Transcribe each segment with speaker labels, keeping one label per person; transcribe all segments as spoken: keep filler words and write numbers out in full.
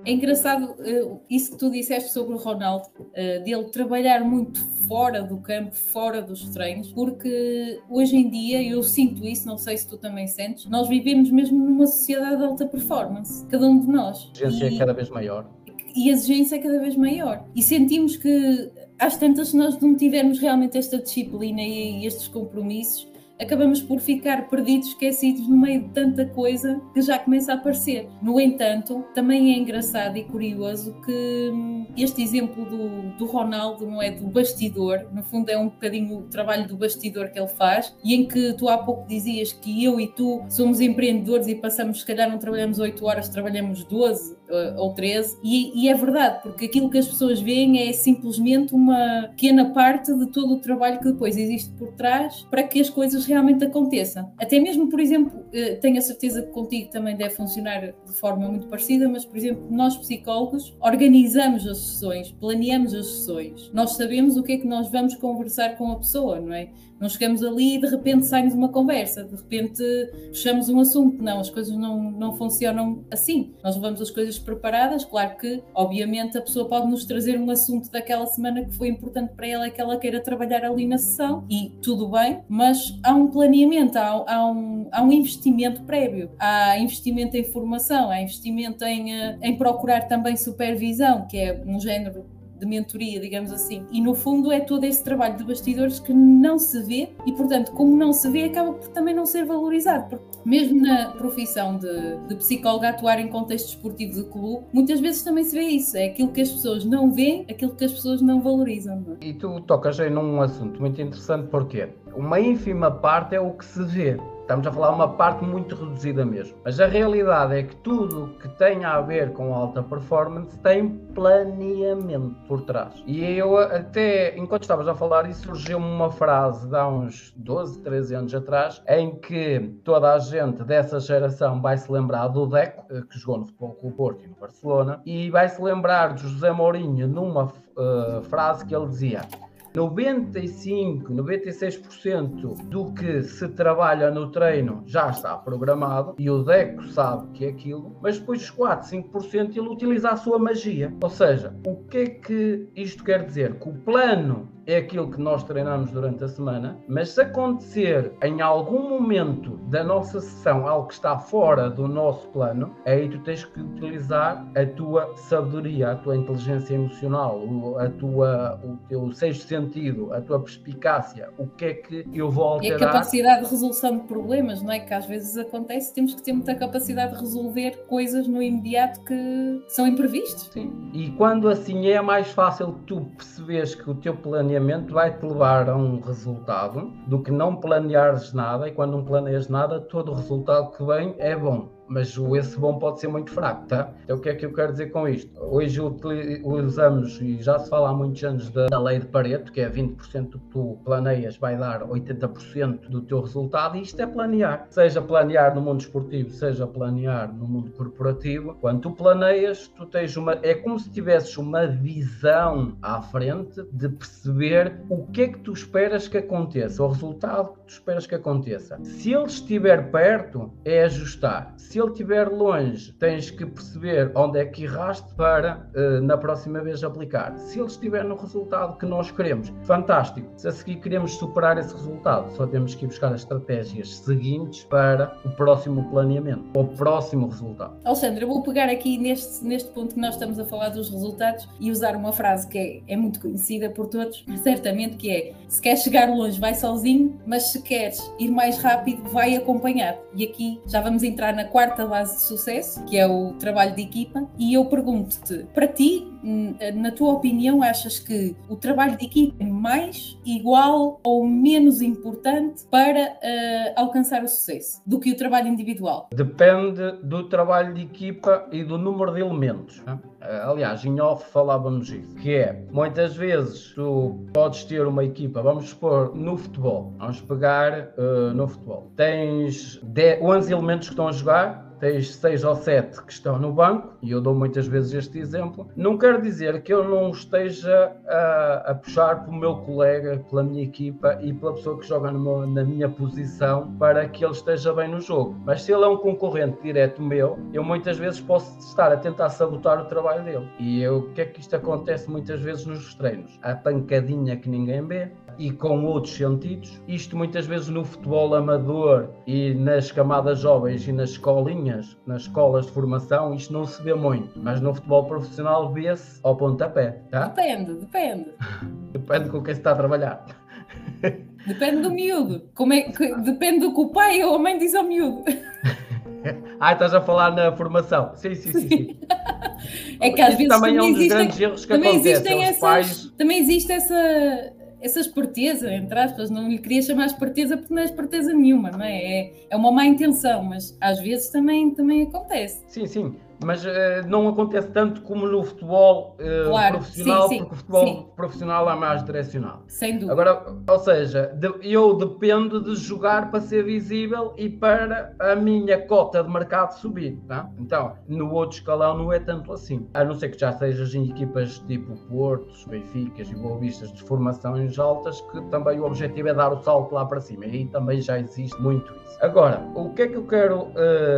Speaker 1: É engraçado uh, isso que tu disseste sobre o Ronaldo, uh, dele trabalhar muito fora do campo, fora dos treinos, porque hoje em dia, eu sinto isso, não sei se tu também sentes, nós vivemos mesmo numa sociedade de alta performance, cada um de nós.
Speaker 2: A exigência e, é cada vez maior.
Speaker 1: E a exigência é cada vez maior. E sentimos que, às tantas, se nós não tivermos realmente esta disciplina e estes compromissos, acabamos por ficar perdidos, esquecidos no meio de tanta coisa que já começa a aparecer. No entanto, também é engraçado e curioso que este exemplo do, do Ronaldo, não é, do bastidor, no fundo é um bocadinho o trabalho do bastidor que ele faz, e em que tu há pouco dizias que eu e tu somos empreendedores e passamos, se calhar não trabalhamos oito horas, trabalhamos doze ou treze, e, e é verdade, porque aquilo que as pessoas veem é simplesmente uma pequena parte de todo o trabalho que depois existe por trás para que as coisas realmente aconteça. Até mesmo, por exemplo, tenho a certeza que contigo também deve funcionar de forma muito parecida, mas, por exemplo, nós psicólogos organizamos as sessões, planeamos as sessões, nós sabemos o que é que nós vamos conversar com a pessoa, não é? Não chegamos ali e de repente sai-nos uma conversa, de repente fechamos um assunto. Não, as coisas não, não funcionam assim. Nós levamos as coisas preparadas, claro que, obviamente, a pessoa pode nos trazer um assunto daquela semana que foi importante para ela e que ela queira trabalhar ali na sessão, e tudo bem, mas há um planeamento, há, há, um, há um investimento prévio, há investimento em formação, há investimento em, em procurar também supervisão, que é um género de mentoria, digamos assim, e no fundo é todo esse trabalho de bastidores que não se vê e, portanto, como não se vê, acaba por também não ser valorizado, porque mesmo na profissão de, de psicóloga, atuar em contexto esportivo de clube, muitas vezes também se vê isso, é aquilo que as pessoas não veem, aquilo que as pessoas não valorizam. Não é?
Speaker 2: E tu tocas aí num assunto muito interessante, porque uma ínfima parte é o que se vê. Estamos a falar uma parte muito reduzida mesmo. Mas a realidade é que tudo que tem a ver com alta performance tem planeamento por trás. E eu até, enquanto estavas a falar isso, surgiu-me uma frase de há uns doze, treze anos atrás, em que toda a gente dessa geração vai se lembrar do Deco, que jogou no Futebol Clube Porto e no Barcelona, e vai se lembrar de José Mourinho numa uh, frase que ele dizia: noventa e cinco, noventa e seis por cento do que se trabalha no treino já está programado e o Deco sabe que é aquilo, mas depois os quatro, cinco por cento ele utiliza a sua magia. Ou seja, o que é que isto quer dizer? Que o plano é aquilo que nós treinamos durante a semana, mas se acontecer em algum momento da nossa sessão algo que está fora do nosso plano, aí tu tens que utilizar a tua sabedoria, a tua inteligência emocional, a tua, o teu sexto sentido, a tua perspicácia, o que é que eu vou alterar.
Speaker 1: E a capacidade de resolução de problemas, não é? Que às vezes acontece, temos que ter muita capacidade de resolver coisas no imediato que são imprevistos.
Speaker 2: Sim, e quando assim é, é mais fácil tu perceberes que o teu planeamento vai-te levar a um resultado do que não planeares nada, e quando não planeias nada, todo o resultado que vem é bom. Mas esse bom pode ser muito fraco, tá? Então o que é que eu quero dizer com isto? Hoje usamos, e já se fala há muitos anos, da, da lei de Pareto, que é vinte por cento do que tu planeias vai dar oitenta por cento do teu resultado, e isto é planear. Seja planear no mundo esportivo, seja planear no mundo corporativo. Quando tu planeias, tu tens uma... é como se tivesses uma visão à frente de perceber o que é que tu esperas que aconteça, o resultado que tu esperas que aconteça. Se ele estiver perto, é ajustar. Se ele estiver longe, tens que perceber onde é que erraste para, uh, na próxima vez, aplicar. Se ele estiver no resultado que nós queremos, fantástico. Se a seguir queremos superar esse resultado, só temos que ir buscar as estratégias seguintes para o próximo planeamento, ou o próximo resultado.
Speaker 1: Alexandre, eu vou pegar aqui neste, neste ponto que nós estamos a falar dos resultados e usar uma frase que é, é muito conhecida por todos, certamente, que é: se queres chegar longe, vai sozinho, mas se queres ir mais rápido, vai acompanhado. E aqui já vamos entrar na quarta base de sucesso, que é o trabalho de equipa, e eu pergunto-te, para ti, na tua opinião, achas que o trabalho de equipa é mais, igual ou menos importante para uh, alcançar o sucesso do que o trabalho individual?
Speaker 2: Depende do trabalho de equipa e do número de elementos, né? Aliás, em off falávamos isso, que é, muitas vezes tu podes ter uma equipa, vamos supor, no futebol, vamos pegar uh, no futebol, tens onze elementos que estão a jogar, tens seis ou sete que estão no banco, e eu dou muitas vezes este exemplo, não quer dizer que eu não esteja a, a puxar pelo meu colega, pela minha equipa e pela pessoa que joga no meu, na minha posição para que ele esteja bem no jogo. Mas se ele é um concorrente direto meu, eu muitas vezes posso estar a tentar sabotar o trabalho dele. E eu, o que é que isto acontece muitas vezes nos treinos? A pancadinha que ninguém vê, e com outros sentidos. Isto muitas vezes no futebol amador e nas camadas jovens e nas escolinhas, nas escolas de formação, isto não se vê muito. Mas no futebol profissional vê-se ao pontapé. Tá?
Speaker 1: Depende, depende.
Speaker 2: Depende com quem se está a trabalhar.
Speaker 1: Depende do miúdo. Como é que, depende do que o pai ou a mãe diz ao miúdo.
Speaker 2: Ah, estás a falar na formação. Sim, sim, sim. sim.
Speaker 1: É que às
Speaker 2: Isso
Speaker 1: vezes
Speaker 2: também, também é um dos
Speaker 1: existem,
Speaker 2: grandes erros que
Speaker 1: também
Speaker 2: acontecem.
Speaker 1: existem essas,
Speaker 2: pais...
Speaker 1: também existe essa, essa esperteza, entre aspas, não lhe queria chamar esperteza porque não é esperteza nenhuma, não é? É, é uma má intenção, mas às vezes também, também acontece.
Speaker 2: Sim, sim. Mas uh, não acontece tanto como no futebol uh, claro, profissional, sim, sim, porque o futebol sim. profissional é mais direcionado.
Speaker 1: Sem dúvida.
Speaker 2: Agora, ou seja, de, eu dependo de jogar para ser visível e para a minha cota de mercado subir, tá? Então, no outro escalão não é tanto assim. A não ser que já sejas em equipas tipo Portos, Benficas e Boa Vistas de formações altas, que também o objetivo é dar o salto lá para cima. E aí também já existe muito isso. Agora, o que é que eu quero uh,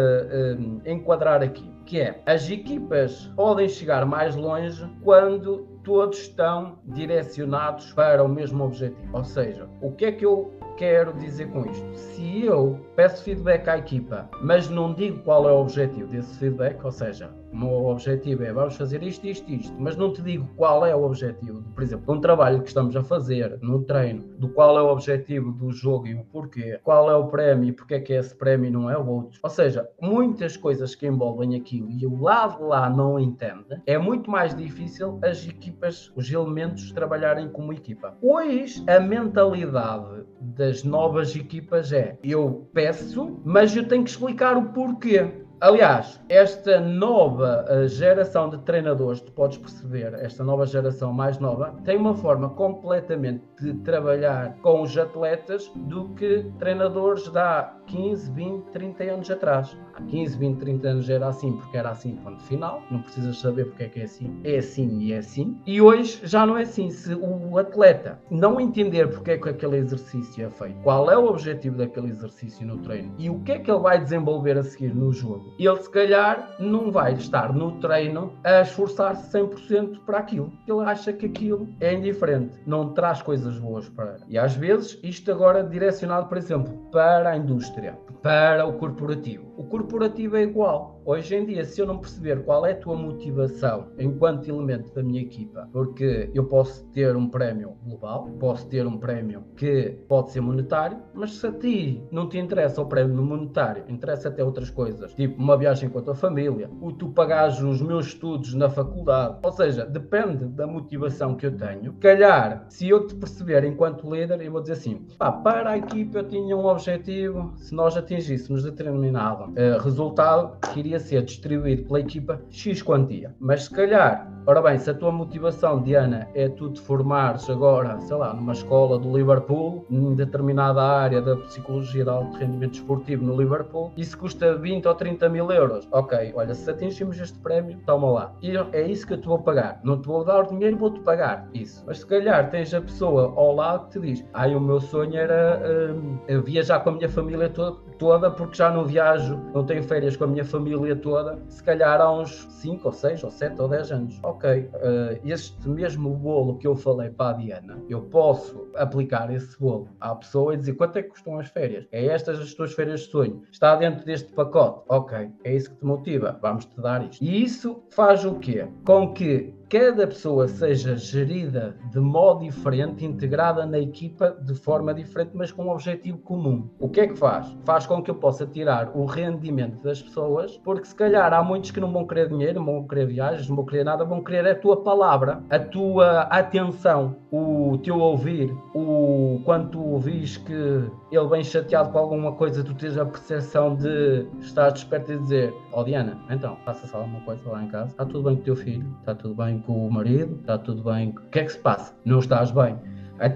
Speaker 2: uh, enquadrar aqui? Que é, as equipas podem chegar mais longe quando todos estão direcionados para o mesmo objetivo. Ou seja, o que é que eu quero dizer com isto? Se eu peço feedback à equipa, mas não digo qual é o objetivo desse feedback, ou seja, o meu objetivo é vamos fazer isto, isto, isto, mas não te digo qual é o objetivo, por exemplo, de um trabalho que estamos a fazer no treino, do qual é o objetivo do jogo e o porquê, qual é o prémio e porque é que esse prémio não é o outro. Ou seja, muitas coisas que envolvem aquilo e o lado de lá não entende, é muito mais difícil as equipas, os elementos trabalharem como equipa. Hoje, a mentalidade das novas equipas é, eu peço, mas eu tenho que explicar o porquê. Aliás, esta nova uh, geração de treinadores, tu podes perceber, esta nova geração mais nova, tem uma forma completamente de trabalhar com os atletas do que treinadores de há quinze, vinte, trinta anos atrás. Há quinze, vinte, trinta anos era assim porque era assim, ponto final. Não precisas saber porque é que é assim. É assim e é assim. E hoje já não é assim. Se o atleta não entender porque é que aquele exercício é feito, qual é o objetivo daquele exercício no treino e o que é que ele vai desenvolver a seguir no jogo, ele se calhar não vai estar no treino a esforçar-se cem por cento para aquilo. Ele acha que aquilo é indiferente, não traz coisas boas para ele. E às vezes isto agora direcionado, por exemplo, para a indústria, para o corporativo. O corporativo é igual. Hoje em dia, se eu não perceber qual é a tua motivação enquanto elemento da minha equipa, porque eu posso ter um prémio global, posso ter um prémio que pode ser monetário, mas se a ti não te interessa o prémio monetário, interessa até outras coisas, tipo uma viagem com a tua família, o tu pagares os meus estudos na faculdade, ou seja, depende da motivação que eu tenho. Calhar, se eu te perceber enquanto líder, eu vou dizer assim, pá, para a equipa eu tinha um objetivo, se nós atingíssemos determinado uh, resultado, que iria ser distribuído pela equipa X quantia. Mas se calhar, ora bem, se a tua motivação, Diana, é tu te formares agora, sei lá, numa escola do Liverpool, em determinada área da psicologia de alto rendimento esportivo no Liverpool, isso custa vinte ou trinta mil euros. Ok, olha, se atingimos este prémio, toma lá. E é isso que eu te vou pagar. Não te vou dar o dinheiro, vou-te pagar isso. Mas se calhar tens a pessoa ao lado que te diz, ai, o meu sonho era uh, viajar com a minha família to- toda, porque já não viajo, não tenho férias com a minha família toda, se calhar há uns cinco, ou seis, ou sete, ou dez anos. Ok, uh, este mesmo bolo que eu falei para a Diana, eu posso aplicar esse bolo à pessoa e dizer quanto é que custam as férias? É estas as tuas férias de sonho? Está dentro deste pacote? Ok, é isso que te motiva, vamos-te dar isto. E isso faz o quê? Com que cada pessoa seja gerida de modo diferente, integrada na equipa de forma diferente, mas com um objetivo comum. O que é que faz? Faz com que eu possa tirar o rendimento das pessoas, porque se calhar há muitos que não vão querer dinheiro, não vão querer viagens, não vão querer nada, vão querer a tua palavra, a tua atenção, o teu ouvir, o quando tu ouvis que ele vem chateado com alguma coisa, tu tens a percepção de estar desperto e dizer, ó oh, Diana, então, faça-se alguma coisa lá em casa, está tudo bem com o teu filho, está tudo bem com o marido, está tudo bem, o que é que se passa? Não estás bem. Então,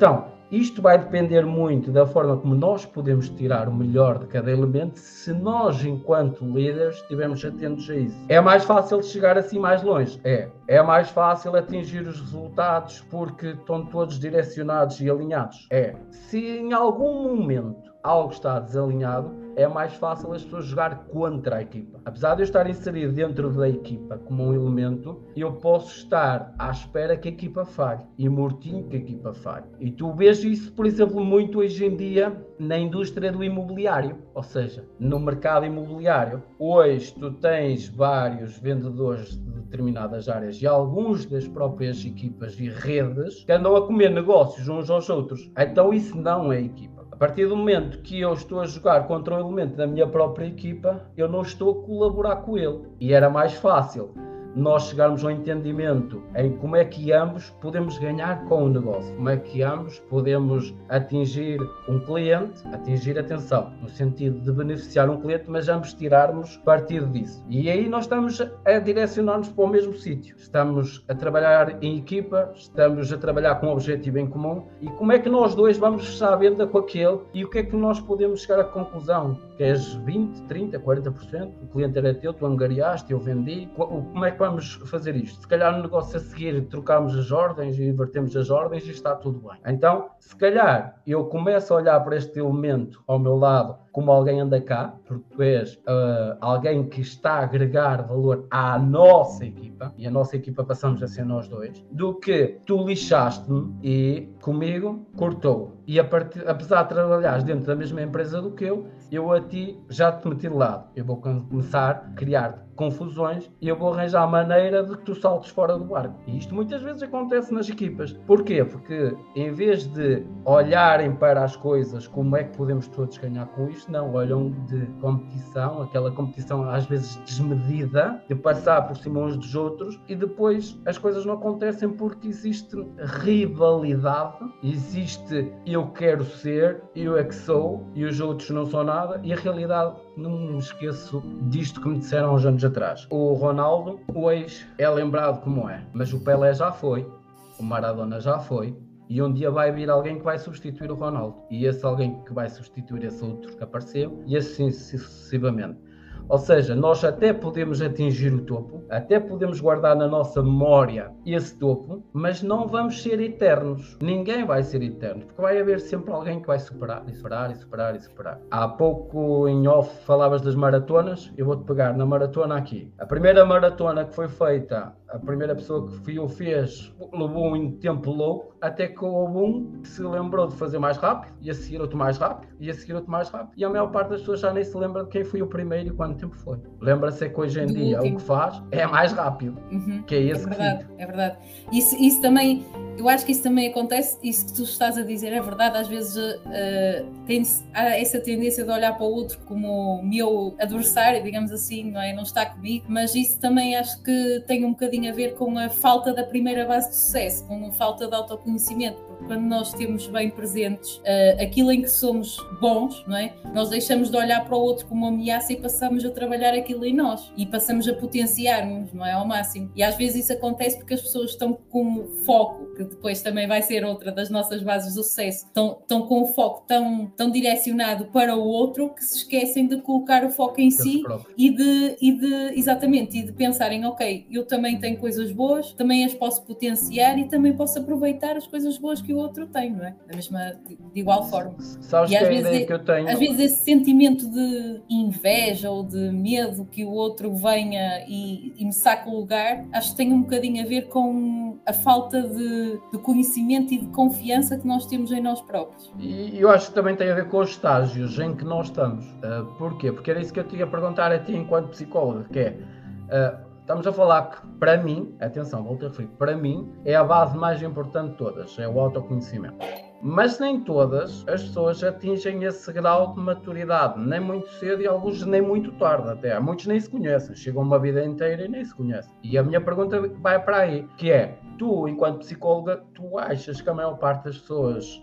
Speaker 2: isto vai depender muito da forma como nós podemos tirar o melhor de cada elemento, se nós, enquanto líderes, estivermos atentos a isso. É mais fácil chegar assim mais longe? É. É mais fácil atingir os resultados porque estão todos direcionados e alinhados? É. Se em algum momento algo está desalinhado, é mais fácil as pessoas jogar contra a equipa. Apesar de eu estar inserido dentro da equipa como um elemento, eu posso estar à espera que a equipa falhe e mortinho que a equipa falhe. E tu vês isso, por exemplo, muito hoje em dia na indústria do imobiliário, ou seja, no mercado imobiliário. Hoje tu tens vários vendedores de determinadas áreas e alguns das próprias equipas e redes que andam a comer negócios uns aos outros. Então isso não é equipa. A partir do momento que eu estou a jogar contra um elemento da minha própria equipa, eu não estou a colaborar com ele. E era mais fácil nós chegarmos ao entendimento em como é que ambos podemos ganhar com o negócio, como é que ambos podemos atingir um cliente, atingir atenção, no sentido de beneficiar um cliente, mas ambos tirarmos partido disso. E aí nós estamos a direcionar-nos para o mesmo sítio. Estamos a trabalhar em equipa, estamos a trabalhar com um objetivo em comum e como é que nós dois vamos fechar a venda com aquele e o que é que nós podemos chegar à conclusão? Queres vinte, trinta, quarenta por cento? O cliente era teu, tu angariaste, eu vendi. Como é que vamos fazer isto? Se calhar no negócio a seguir trocamos as ordens e invertemos as ordens e está tudo bem. Então, se calhar eu começo a olhar para este elemento ao meu lado como alguém anda cá, porque tu és uh, alguém que está a agregar valor à nossa equipa, e a nossa equipa passamos a ser nós dois, do que tu lixaste-me e comigo cortou. E a partir, apesar de trabalhares dentro da mesma empresa do que eu, eu a ti já te meti de lado. Eu vou começar a criar confusões e eu vou arranjar a maneira de que tu saltes fora do barco. E isto muitas vezes acontece nas equipas. Porquê? Porque em vez de olharem para as coisas como é que podemos todos ganhar com isto, não, olham de competição, aquela competição às vezes desmedida, de passar por cima uns dos outros e depois as coisas não acontecem porque existe rivalidade, existe eu quero ser, eu é que sou e os outros não são nada e a realidade, não me esqueço disto que me disseram uns anos atrás. O Ronaldo hoje é lembrado como é, mas o Pelé já foi, o Maradona já foi, e um dia vai vir alguém que vai substituir o Ronaldo. E esse alguém que vai substituir esse outro que apareceu, e assim sucessivamente. Ou seja, nós até podemos atingir o topo, até podemos guardar na nossa memória esse topo, mas não vamos ser eternos. Ninguém vai ser eterno, porque vai haver sempre alguém que vai superar, e superar, e superar, e superar. Há pouco em off falavas das maratonas, eu vou-te pegar na maratona aqui. A primeira maratona que foi feita, a primeira pessoa que o fez levou um tempo louco, até que houve um que se lembrou de fazer mais rápido, e a seguir outro mais rápido, e a seguir outro mais rápido. E a maior parte das pessoas já nem se lembra de quem foi o primeiro e quanto tempo foi. Lembra-se que hoje em
Speaker 1: Do
Speaker 2: dia
Speaker 1: último.
Speaker 2: o que faz é mais rápido,
Speaker 1: Uhum.
Speaker 2: que é esse
Speaker 1: É verdade,
Speaker 2: que
Speaker 1: é verdade. Isso, isso também, eu acho que isso também acontece, isso que tu estás a dizer é verdade, às vezes uh, tem há essa tendência de olhar para o outro como o meu adversário, digamos assim, não é? Não está comigo, mas isso também acho que tem um bocadinho a ver com a falta da primeira base de sucesso, com a falta de autoconhecimento, porque quando nós temos bem presentes uh, aquilo em que somos bons, não é? Nós deixamos de olhar para o outro como uma ameaça e passamos a trabalhar aquilo em nós e passamos a potenciar-nos, não é? Ao máximo. E às vezes isso acontece porque as pessoas estão com foco, que depois também vai ser outra das nossas bases do sucesso, estão, estão com o foco tão, tão direcionado para o outro que se esquecem de colocar o foco em si e de, e de, exatamente, e de pensarem, ok, eu também tenho coisas boas, também as posso potenciar e também posso aproveitar as coisas boas que o outro tem, não é? Da mesma, de, de igual forma.
Speaker 2: Sabes
Speaker 1: e
Speaker 2: que
Speaker 1: às
Speaker 2: a
Speaker 1: vezes,
Speaker 2: ideia que eu tenho...
Speaker 1: às vezes esse sentimento de inveja ou de medo que o outro venha e, e me saque o lugar, acho que tem um bocadinho a ver com a falta de, de conhecimento e de confiança que nós temos em nós próprios.
Speaker 2: E eu acho que também tem a ver com os estágios em que nós estamos. Uh, porquê? Porque era isso que eu te ia perguntar a ti enquanto psicóloga, que é... Uh, Estamos a falar que, para mim, atenção, volto a referir, para mim, é a base mais importante de todas, é o autoconhecimento. Mas nem todas as pessoas atingem esse grau de maturidade, nem muito cedo e alguns nem muito tarde até. Há muitos nem se conhecem, chegam uma vida inteira e nem se conhecem. E a minha pergunta vai para aí, que é, tu, enquanto psicóloga, tu achas que a maior parte das pessoas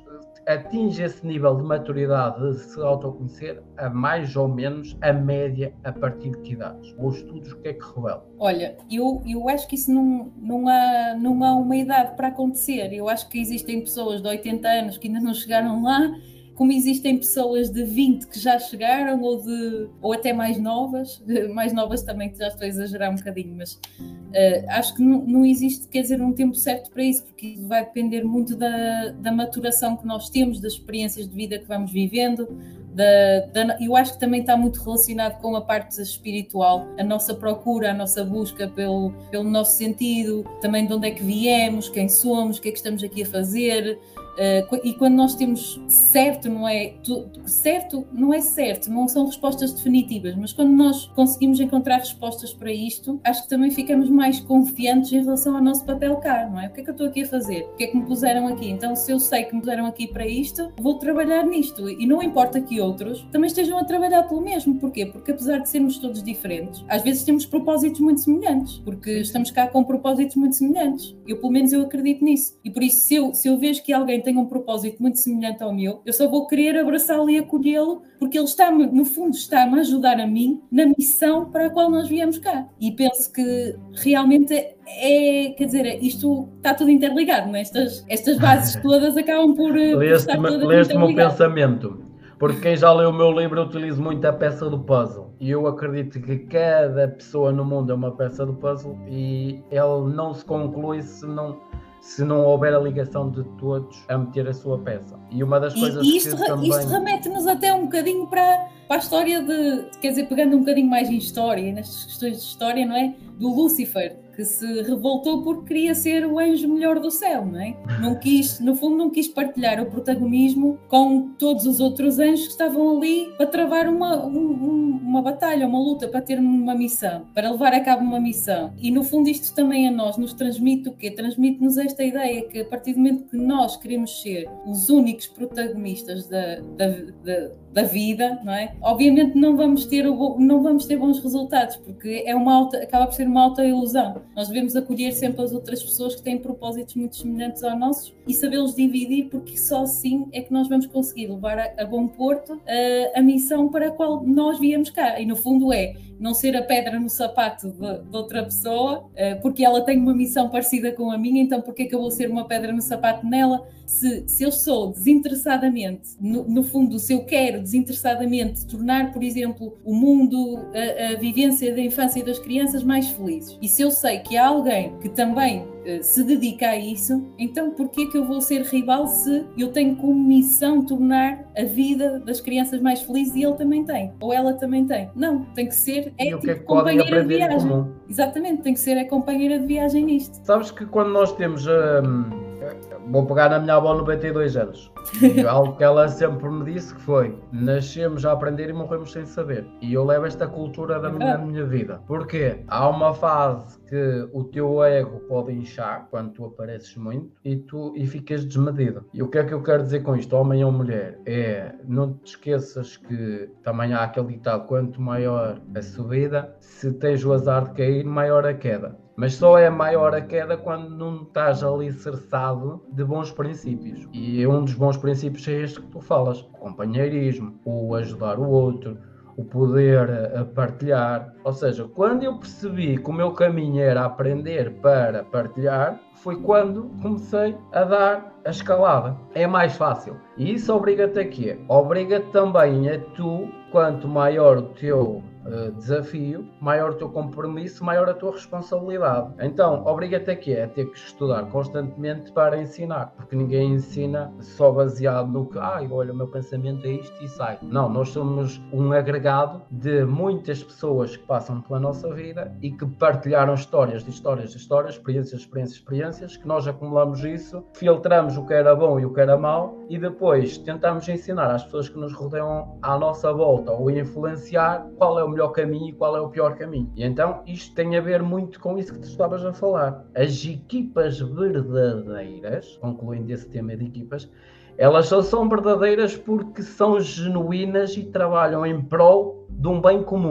Speaker 2: atinge esse nível de maturidade de se autoconhecer a mais ou menos a média a partir de que idades? Os estudos o que é que revelam?
Speaker 1: Olha, eu, eu acho que isso não, não, há, não há uma idade para acontecer. Eu acho que existem pessoas de oitenta anos que ainda não chegaram lá, como existem pessoas de vinte que já chegaram, ou, de, ou até mais novas, mais novas também, que já estou a exagerar um bocadinho, mas uh, acho que não, não existe, quer dizer, um tempo certo para isso, porque vai depender muito da, da maturação que nós temos, das experiências de vida que vamos vivendo. Da, da, eu acho que também está muito relacionado com a parte espiritual, a nossa procura, a nossa busca pelo, pelo nosso sentido, também de onde é que viemos, quem somos, o que é que estamos aqui a fazer. Uh, e quando nós temos certo, não é tu, certo, não é certo, não são respostas definitivas, mas quando nós conseguimos encontrar respostas para isto, acho que também ficamos mais confiantes em relação ao nosso papel cá, não é? O que é que eu estou aqui a fazer? O que é que me puseram aqui? Então, se eu sei que me puseram aqui para isto, vou trabalhar nisto, e não importa que outros também estejam a trabalhar pelo mesmo. Porquê? Porque apesar de sermos todos diferentes, às vezes temos propósitos muito semelhantes, porque estamos cá com propósitos muito semelhantes. Eu, pelo menos, eu acredito nisso, e por isso, se eu, se eu vejo que alguém tem um propósito muito semelhante ao meu, eu só vou querer abraçá-lo e acolhê-lo, porque ele está, no fundo, está-me a ajudar a mim na missão para a qual nós viemos cá. E penso que realmente é, quer dizer, isto está tudo interligado, não é? Estas, estas bases todas acabam por, por estar todas interligadas.
Speaker 2: Leste-me o pensamento, porque quem já leu o meu livro, eu utilizo muito a peça do puzzle, e eu acredito que cada pessoa no mundo é uma peça do puzzle, e ele não se conclui se não... se não houver a ligação de todos a meter a sua peça. E uma das coisas
Speaker 1: e isto,
Speaker 2: que também...
Speaker 1: isto remete-nos até um bocadinho para, para a história de... Quer dizer, pegando um bocadinho mais em história, nestas questões de história, não é? Do Lúcifer, que se revoltou porque queria ser o anjo melhor do céu, não é? Não quis, no fundo, não quis partilhar o protagonismo com todos os outros anjos que estavam ali para travar uma, um, uma batalha, uma luta, para ter uma missão, para levar a cabo uma missão. E, no fundo, isto também a nós nos transmite o quê? Transmite-nos esta ideia que, a partir do momento que nós queremos ser os únicos protagonistas da, da, da, da vida, não é? Obviamente não vamos ter, não vamos ter bons resultados, porque é uma alta, acaba por ser uma alta ilusão. Nós devemos acolher sempre as outras pessoas que têm propósitos muito semelhantes aos nossos e sabê-los dividir, porque só assim é que nós vamos conseguir levar a, a bom porto a, a missão para a qual nós viemos cá. E no fundo é não ser a pedra no sapato de, de outra pessoa, porque ela tem uma missão parecida com a minha, então porque é que eu vou ser uma pedra no sapato nela? Se, se eu sou desinteressadamente, no, no fundo, se eu quero desinteressadamente tornar, por exemplo, o mundo, a, a vivência da infância e das crianças mais felizes, e se eu sei que há alguém que também uh, se dedica a isso, então porquê que eu vou ser rival se eu tenho como missão tornar a vida das crianças mais felizes e ele também tem, ou ela também tem? Não, tem que ser é
Speaker 2: e o que é que
Speaker 1: companheira
Speaker 2: podem aprender
Speaker 1: de viagem.
Speaker 2: Em comum.
Speaker 1: Exatamente, tem que ser a companheira de viagem nisto.
Speaker 2: Sabes que quando nós temos... Hum... Vou pegar na minha avó noventa e dois anos. Algo que ela sempre me disse que foi: nascemos a aprender e morremos sem saber. E eu levo esta cultura da minha, na minha vida. Porquê? Há uma fase que o teu ego pode inchar quando tu apareces muito e tu e ficas desmedido. E o que é que eu quero dizer com isto, homem ou mulher? É, não te esqueças que também há aquele ditado: quanto maior a subida, se tens o azar de cair, maior a queda. Mas só é maior a queda quando não estás ali cerçado de bons princípios. E um dos bons princípios é este que tu falas: o companheirismo, o ajudar o outro, o poder partilhar. Ou seja, quando eu percebi que o meu caminho era aprender para partilhar, foi quando comecei a dar a escalada. É mais fácil. E isso obriga-te a quê? Obriga-te também a tu, quanto maior o teu uh, desafio, maior o teu compromisso, maior a tua responsabilidade. Então, obriga-te a quê? A ter que estudar constantemente para ensinar. Porque ninguém ensina só baseado no que, ah, olha, o meu pensamento é isto e sai. Não, nós somos um agregado de muitas pessoas que passam pela nossa vida e que partilharam histórias de histórias de histórias, experiências, experiências, experiências, que nós acumulamos isso, filtramos o que era bom e o que era mau e depois tentamos ensinar às pessoas que nos rodeiam à nossa volta ou influenciar qual é o melhor caminho e qual é o pior caminho. E então isto tem a ver muito com isso que tu estavas a falar. As equipas verdadeiras, concluindo esse tema de equipas, elas só são verdadeiras porque são genuínas e trabalham em prol de um bem comum.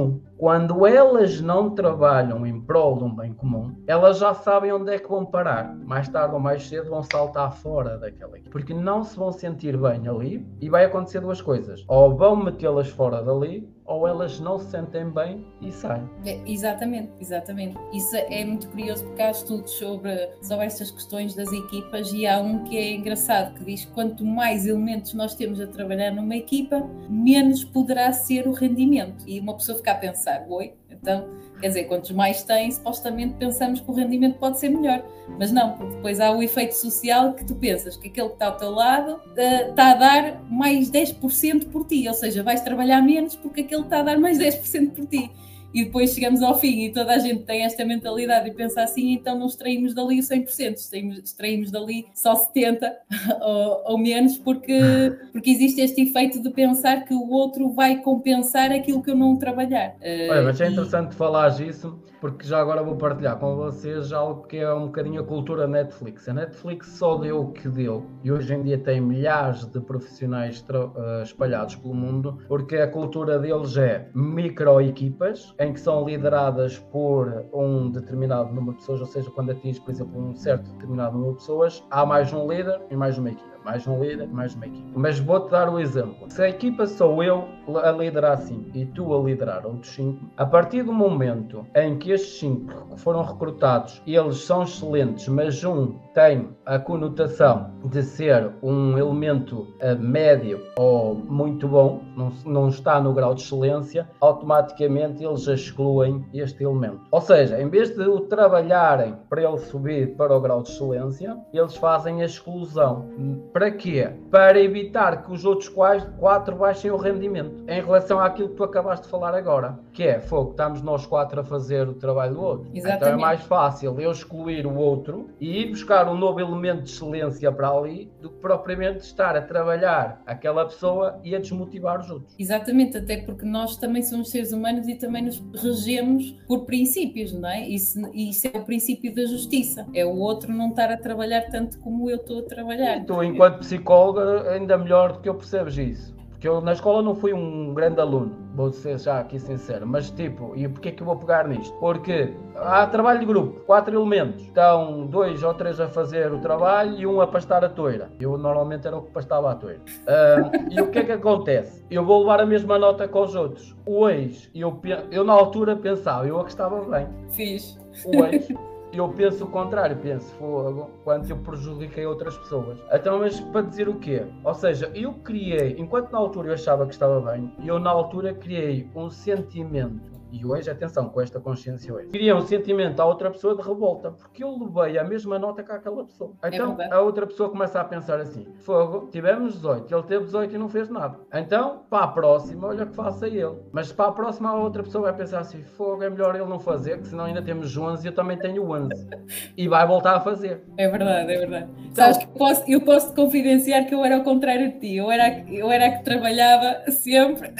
Speaker 2: quando elas não trabalham em prol de um bem comum, elas já sabem onde é que vão parar. Mais tarde ou mais cedo vão saltar fora daquela equipa, porque não se vão sentir bem ali e vai acontecer duas coisas. Ou vão metê-las fora dali, ou elas não se sentem bem e saem.
Speaker 1: É, exatamente, exatamente. Isso é muito curioso porque há estudos sobre, sobre estas questões das equipas e há um que é engraçado, que diz que quanto mais elementos nós temos a trabalhar numa equipa, menos poderá ser o rendimento. E uma pessoa fica a pensar, oi, então, quer dizer, quantos mais tem, supostamente pensamos que o rendimento pode ser melhor. Mas não, porque depois há o efeito social que tu pensas que aquele que está ao teu lado uh, está a dar mais dez por cento por ti, ou seja, vais trabalhar menos porque aquele está a dar mais dez por cento por ti. E depois chegamos ao fim e toda a gente tem esta mentalidade e pensa assim, então não extraímos dali o cem por cento, extraímos, extraímos dali só setenta por cento ou, ou menos, porque, porque existe este efeito de pensar que o outro vai compensar aquilo que eu não trabalhar.
Speaker 2: Olha, mas é interessante e... falar disso, porque já agora vou partilhar com vocês algo que é um bocadinho a cultura Netflix. A Netflix só deu o que deu e hoje em dia tem milhares de profissionais tra- uh, espalhados pelo mundo, porque a cultura deles é micro-equipas, em que são lideradas por um determinado número de pessoas, ou seja, quando atinge, por exemplo, um certo determinado número de pessoas, há mais um líder e mais uma equipa. Mais um líder, mais uma equipa. Mas vou-te dar o exemplo. Se a equipa sou eu a liderar cinco e tu a liderar outros cinco, a partir do momento em que estes cinco foram recrutados, eles são excelentes, mas um tem a conotação de ser um elemento uh, médio ou muito bom, não, não está no grau de excelência, automaticamente eles excluem este elemento. Ou seja, em vez de o trabalharem para ele subir para o grau de excelência, eles fazem a exclusão. Para quê? Para evitar que os outros quatro baixem o rendimento. Em relação àquilo que tu acabaste de falar agora, que é, fogo, estamos nós quatro a fazer o trabalho do outro.
Speaker 1: Exatamente.
Speaker 2: Então é mais fácil eu excluir o outro e ir buscar um novo elemento de excelência para ali, do que propriamente estar a trabalhar aquela pessoa e a desmotivar os outros.
Speaker 1: Exatamente, até porque nós também somos seres humanos e também nos regemos por princípios, não é? Isso, isso é o princípio da justiça. É o outro não estar a trabalhar tanto como eu estou a trabalhar.
Speaker 2: E tu, enquanto psicóloga, ainda melhor do que eu percebes isso. Porque eu na escola não fui um grande aluno, vou ser já aqui sincero, mas tipo, e porquê é que eu vou pegar nisto? Porque há trabalho de grupo, quatro elementos, estão dois ou três a fazer o trabalho e um a pastar a toira. Eu normalmente era o que pastava a toira. Uh, e o que é que acontece? Eu vou levar a mesma nota que os outros. Hoje, eu, eu na altura pensava, eu a que estava bem.
Speaker 1: Fiz.
Speaker 2: Hoje... eu penso o contrário, penso, fogo, quando eu prejudiquei outras pessoas. Então, mas para dizer o quê? Ou seja, eu criei, enquanto na altura eu achava que estava bem, eu na altura criei um sentimento, e hoje, atenção, com esta consciência hoje, criei um sentimento à outra pessoa de revolta, porque eu levei a mesma nota que aquela pessoa. Então, é a outra pessoa começa a pensar assim, fogo, tivemos dezoito, ele teve dezoito e não fez nada. Então, para a próxima, olha que faça ele. Mas para a próxima, a outra pessoa vai pensar assim, fogo, é melhor ele não fazer, que senão ainda temos onze e eu também tenho onze. E vai voltar a fazer.
Speaker 1: É verdade, é verdade. Então, sabes que eu posso, eu posso te confidenciar que eu era ao contrário de ti. Eu era, eu era a que trabalhava sempre.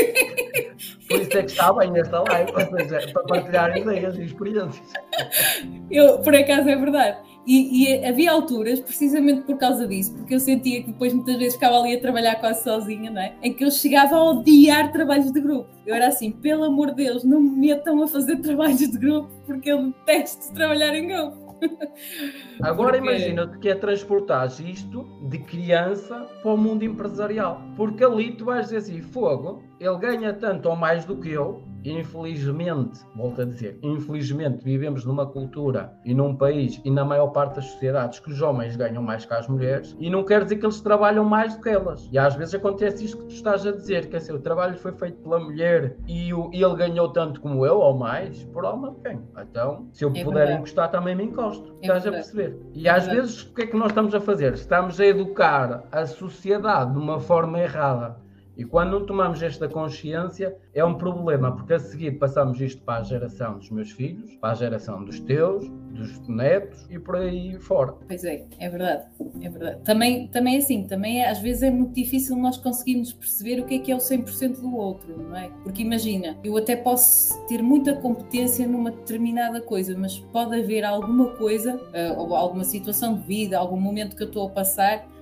Speaker 2: Por isso é que está bem nesta live, ou seja, para partilhar ideias e experiências.
Speaker 1: Eu, por acaso, é verdade. E, e havia alturas, precisamente por causa disso, porque eu sentia que depois muitas vezes ficava ali a trabalhar quase sozinha, não é? Em que eu chegava a odiar trabalhos de grupo. Eu era assim, pelo amor de Deus, não me metam a fazer trabalhos de grupo, porque eu detesto trabalhar em grupo.
Speaker 2: Agora
Speaker 1: porque...
Speaker 2: imagina-te que é transportar isto de criança para o mundo empresarial. Porque ali tu vais dizer assim, fogo, ele ganha tanto ou mais do que eu. Infelizmente, volto a dizer, infelizmente vivemos numa cultura e num país e na maior parte das sociedades que os homens ganham mais que as mulheres e não quer dizer que eles trabalham mais do que elas. E às vezes acontece isto que tu estás a dizer, que assim, o trabalho foi feito pela mulher e, o, e ele ganhou tanto como eu ou mais, por alma de quem? Então, se eu
Speaker 1: é
Speaker 2: puder
Speaker 1: verdade.
Speaker 2: encostar, também me encosto.
Speaker 1: É
Speaker 2: estás
Speaker 1: verdade.
Speaker 2: a perceber? E
Speaker 1: é
Speaker 2: às
Speaker 1: verdade.
Speaker 2: vezes o que é que nós estamos a fazer? Estamos a educar a sociedade de uma forma errada. E quando não tomamos esta consciência, é um problema, porque a seguir passamos isto para a geração dos meus filhos, para a geração dos teus, dos netos e por aí fora.
Speaker 1: Pois é, é verdade, é verdade. Também, também é assim, também é, às vezes é muito difícil nós conseguirmos perceber o que é que é o cem por cento do outro, não é? Porque imagina, eu até posso ter muita competência numa determinada coisa, mas pode haver alguma coisa, ou alguma situação de vida, algum momento que eu estou a passar, que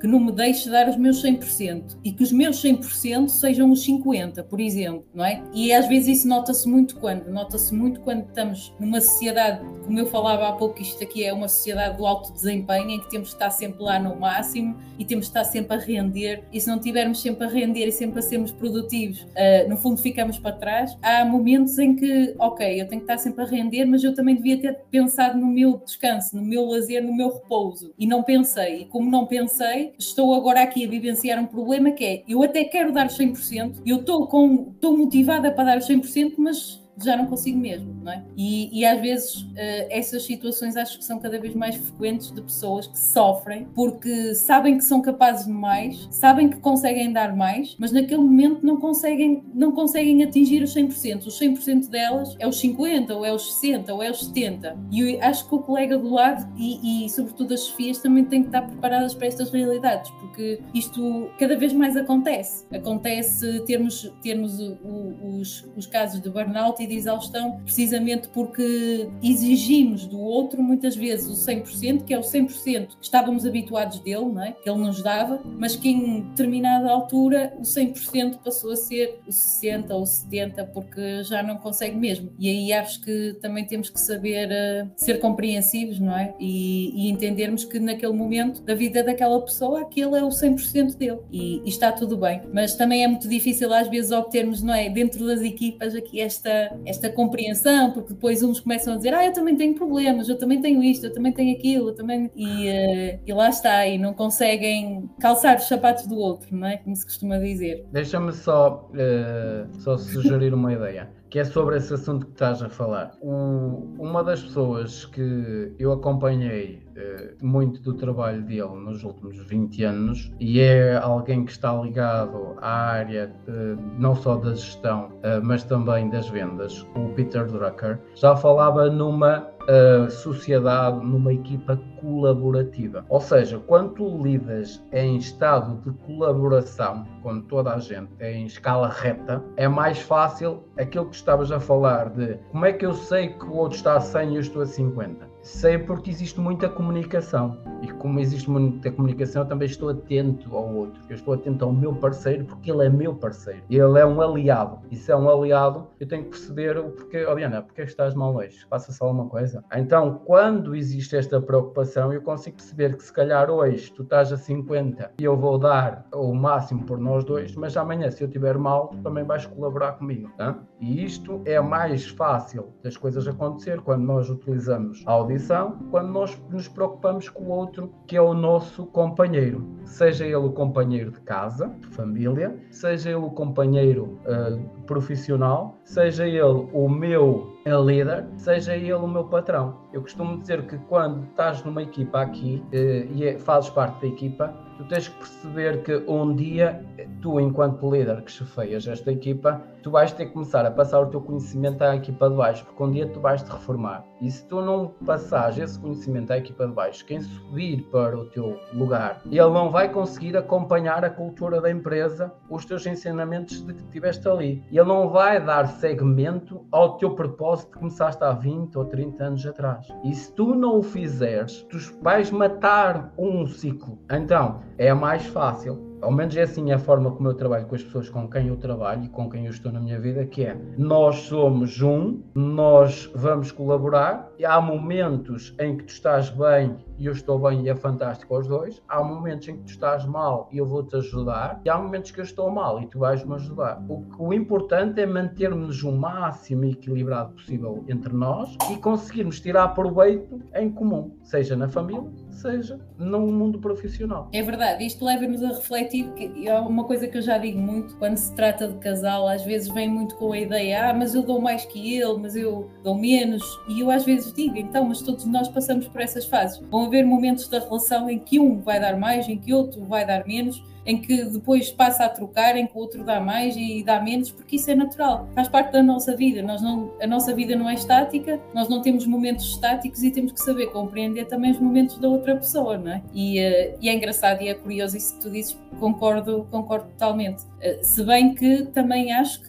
Speaker 1: que não me deixe dar os meus cem por cento e que os meus cem por cento sejam os cinquenta por cento, por exemplo, não é? E às vezes isso nota-se muito quando? Nota-se muito quando estamos numa sociedade, como eu falava há pouco, isto aqui é uma sociedade do alto desempenho, em que temos que estar sempre lá no máximo e temos que estar sempre a render, e se não estivermos sempre a render e sempre a sermos produtivos, uh, no fundo ficamos para trás. Há momentos em que, ok, eu tenho que estar sempre a render, mas eu também devia ter pensado no meu descanso, no meu lazer, no meu repouso, e não pensei, e como não pensei, estou agora aqui a vivenciar um problema que é, eu até quero dar cem por cento, eu estou com, estou motivada para dar cem por cento, mas já não consigo mesmo, não é? E, e às vezes uh, essas situações acho que são cada vez mais frequentes, de pessoas que sofrem porque sabem que são capazes de mais, sabem que conseguem dar mais, mas naquele momento não conseguem, não conseguem atingir os cem por cento. Os cem por cento delas é os cinquenta por cento, ou é os sessenta por cento, ou é os setenta por cento. E eu acho que o colega do lado e, e sobretudo as chefias também têm que estar preparadas para estas realidades, porque isto cada vez mais acontece. Acontece termos, termos o, o, os, os casos de burnout e de exaustão, precisamente porque exigimos do outro muitas vezes o cem por cento, que é o cem por cento que estávamos habituados dele, não é? Que ele nos dava, mas que em determinada altura o cem por cento passou a ser o sessenta por cento ou o setenta por cento, porque já não consegue mesmo. E aí acho que também temos que saber uh, ser compreensivos, não é? E, e entendermos que naquele momento da vida daquela pessoa aquele é o cem por cento dele e, e está tudo bem. Mas também é muito difícil às vezes obtermos, não é? Dentro das equipas aqui esta esta compreensão, porque depois uns começam a dizer, ah, eu também tenho problemas, eu também tenho isto, eu também tenho aquilo, eu também... E, uh, e lá está, e não conseguem calçar os sapatos do outro, não é? Como se costuma dizer.
Speaker 2: Deixa-me só, uh, só sugerir uma ideia, que é sobre esse assunto que estás a falar. O, uma das pessoas que eu acompanhei uh, muito do trabalho dele nos últimos vinte anos, e é alguém que está ligado à área uh, não só da gestão, uh, mas também das vendas, o Peter Drucker, já falava numa uh, sociedade, numa equipa colaborativa. Ou seja, quando tu lidas em estado de colaboração com toda a gente, em escala reta, é mais fácil aquilo que estavas a falar de como é que eu sei que o outro está a cem e eu estou a cinquenta. Sei porque existe muita comunicação, e como existe muita comunicação eu também estou atento ao outro, eu estou atento ao meu parceiro porque ele é meu parceiro, ele é um aliado, e se é um aliado eu tenho que perceber o porquê. Oh Diana, porquê estás mal hoje? Passa-se alguma coisa? Então quando existe esta preocupação eu consigo perceber que se calhar hoje tu estás a cinquenta e eu vou dar o máximo por nós dois, mas amanhã se eu estiver mal tu também vais colaborar comigo, tá? E isto é mais fácil das coisas acontecer quando nós utilizamos a audição, quando nós nos preocupamos com o outro, que é o nosso companheiro, seja ele o companheiro de casa, de família, seja ele o companheiro uh, profissional, seja ele o meu líder, seja ele o meu patrão. Eu costumo dizer que quando estás numa equipa aqui uh, e é, fazes parte da equipa, tu tens que perceber que um dia, tu enquanto líder que chefeias esta equipa, tu vais ter que começar a passar o teu conhecimento à equipa de baixo, porque um dia tu vais te reformar. E se tu não passares esse conhecimento à equipa de baixo, quem subir para o teu lugar, ele não vai conseguir acompanhar a cultura da empresa, os teus ensinamentos de que tiveste ali. Ele não vai dar segmento ao teu propósito que começaste há vinte ou trinta anos atrás. E se tu não o fizeres, tu vais matar um ciclo. Então, é mais fácil, ao menos é assim a forma como eu trabalho com as pessoas com quem eu trabalho e com quem eu estou na minha vida, que é, nós somos um, nós vamos colaborar, e há momentos em que tu estás bem e eu estou bem e é fantástico aos dois, há momentos em que tu estás mal e eu vou-te ajudar, e há momentos que eu estou mal e tu vais-me ajudar. O, o importante é mantermos o máximo equilibrado possível entre nós e conseguirmos tirar proveito em comum, seja na família, seja no mundo profissional.
Speaker 1: É verdade, isto leva-nos a refletir, que é uma coisa que eu já digo muito, quando se trata de casal, às vezes vem muito com a ideia, ah, mas eu dou mais que ele, mas eu dou menos, e eu às vezes digo, então, mas todos nós passamos por essas fases. Vão haver momentos da relação em que um vai dar mais, em que outro vai dar menos, em que depois passa a trocar, em que o outro dá mais e dá menos, porque isso é natural, faz parte da nossa vida. Nós não, a nossa vida não é estática, nós não temos momentos estáticos e temos que saber compreender também os momentos da outra pessoa, não é? E, uh, e é engraçado e é curioso isso que tu dizes, concordo, concordo totalmente. Uh, se bem que também acho que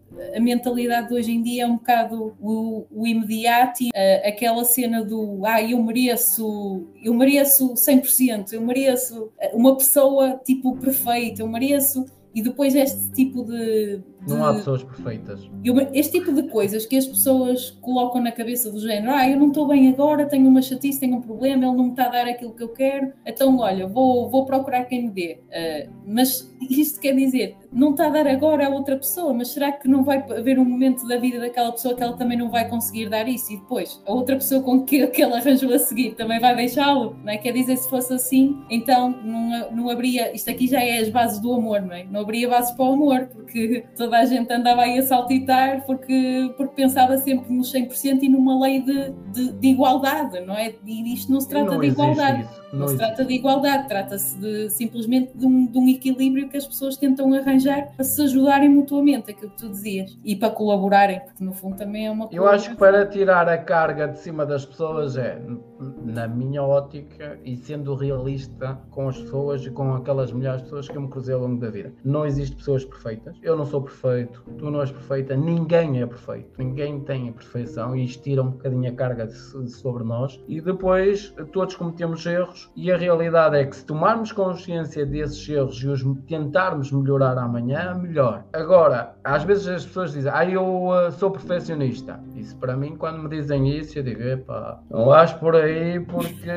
Speaker 1: a mentalidade de hoje em dia é um bocado o, o imediato, uh, aquela cena do ah, eu mereço, eu mereço cem por cento, eu mereço uma pessoa tipo perfeita, eu mereço, e depois este tipo de... de
Speaker 2: não há pessoas perfeitas.
Speaker 1: Eu, este tipo de coisas que as pessoas colocam na cabeça do género, ah, eu não estou bem agora, tenho uma chatice, tenho um problema, ele não me está a dar aquilo que eu quero, então olha, vou, vou procurar quem me dê. Uh, mas isto quer dizer, não está a dar agora a outra pessoa, mas será que não vai haver um momento da vida daquela pessoa que ela também não vai conseguir dar isso? E depois, a outra pessoa com que, que ela arranjou a seguir também vai deixá-lo, não é? Quer dizer, se fosse assim, então não, não haveria, isto aqui já é as bases do amor, não é? Não haveria bases para o amor, porque toda a gente andava aí a saltitar porque, porque pensava sempre no cem por cento e numa lei de, de, de igualdade, não é? E isto não se trata
Speaker 2: não
Speaker 1: de igualdade.
Speaker 2: Isso.
Speaker 1: Não,
Speaker 2: não
Speaker 1: se
Speaker 2: existe.
Speaker 1: trata de igualdade, trata-se de, simplesmente de um, de um equilíbrio que as pessoas tentam arranjar para se ajudarem mutuamente, aquilo que tu dizias, e para colaborarem, porque no fundo também é uma
Speaker 2: Eu acho que para tirar a carga de cima das pessoas é, na minha ótica, e sendo realista com as pessoas e com aquelas milhares de pessoas que eu me cruzei ao longo da vida, não existe pessoas perfeitas, eu não sou perfeito, tu não és perfeita, ninguém é perfeito, ninguém tem a perfeição, e isto tira um bocadinho a carga de, de sobre nós, e depois todos cometemos erros. E a realidade é que se tomarmos consciência desses erros e os tentarmos melhorar amanhã, melhor. Agora, às vezes as pessoas dizem, ah, eu uh, sou perfeccionista. Isso para mim, quando me dizem isso, eu digo, epá, não vais por aí porque...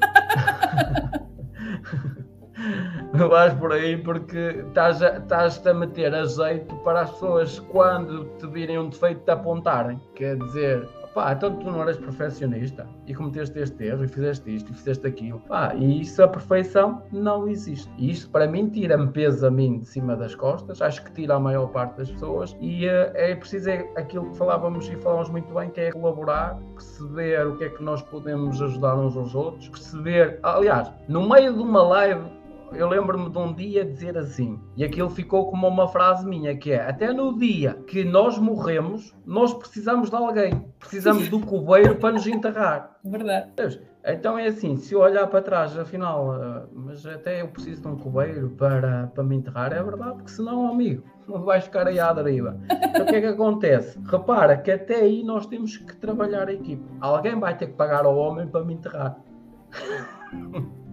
Speaker 2: não vais por aí porque estás-te a meter azeite para as pessoas, quando te virem um defeito, te apontarem. Quer dizer... Pá, então tu não eras perfeccionista e cometeste este erro e fizeste isto e fizeste aquilo. Pá, e isso, a perfeição não existe. E isto para mim tira-me peso a mim de cima das costas, acho que tira a maior parte das pessoas, e uh, é preciso é aquilo que falávamos e falávamos muito bem, que é colaborar, perceber o que é que nós podemos ajudar uns aos outros, perceber, aliás, no meio de uma live, eu lembro-me de um dia dizer assim, e aquilo ficou como uma frase minha, que é, até no dia que nós morremos, nós precisamos de alguém, precisamos do coveiro para nos enterrar.
Speaker 1: Verdade.
Speaker 2: Então é assim, se eu olhar para trás, afinal, mas até eu preciso de um coveiro para, para me enterrar, é verdade, porque senão, amigo, não vais ficar aí à deriva. Então o que é que acontece? Repara que até aí nós temos que trabalhar a equipe. Alguém vai ter que pagar ao homem para me enterrar.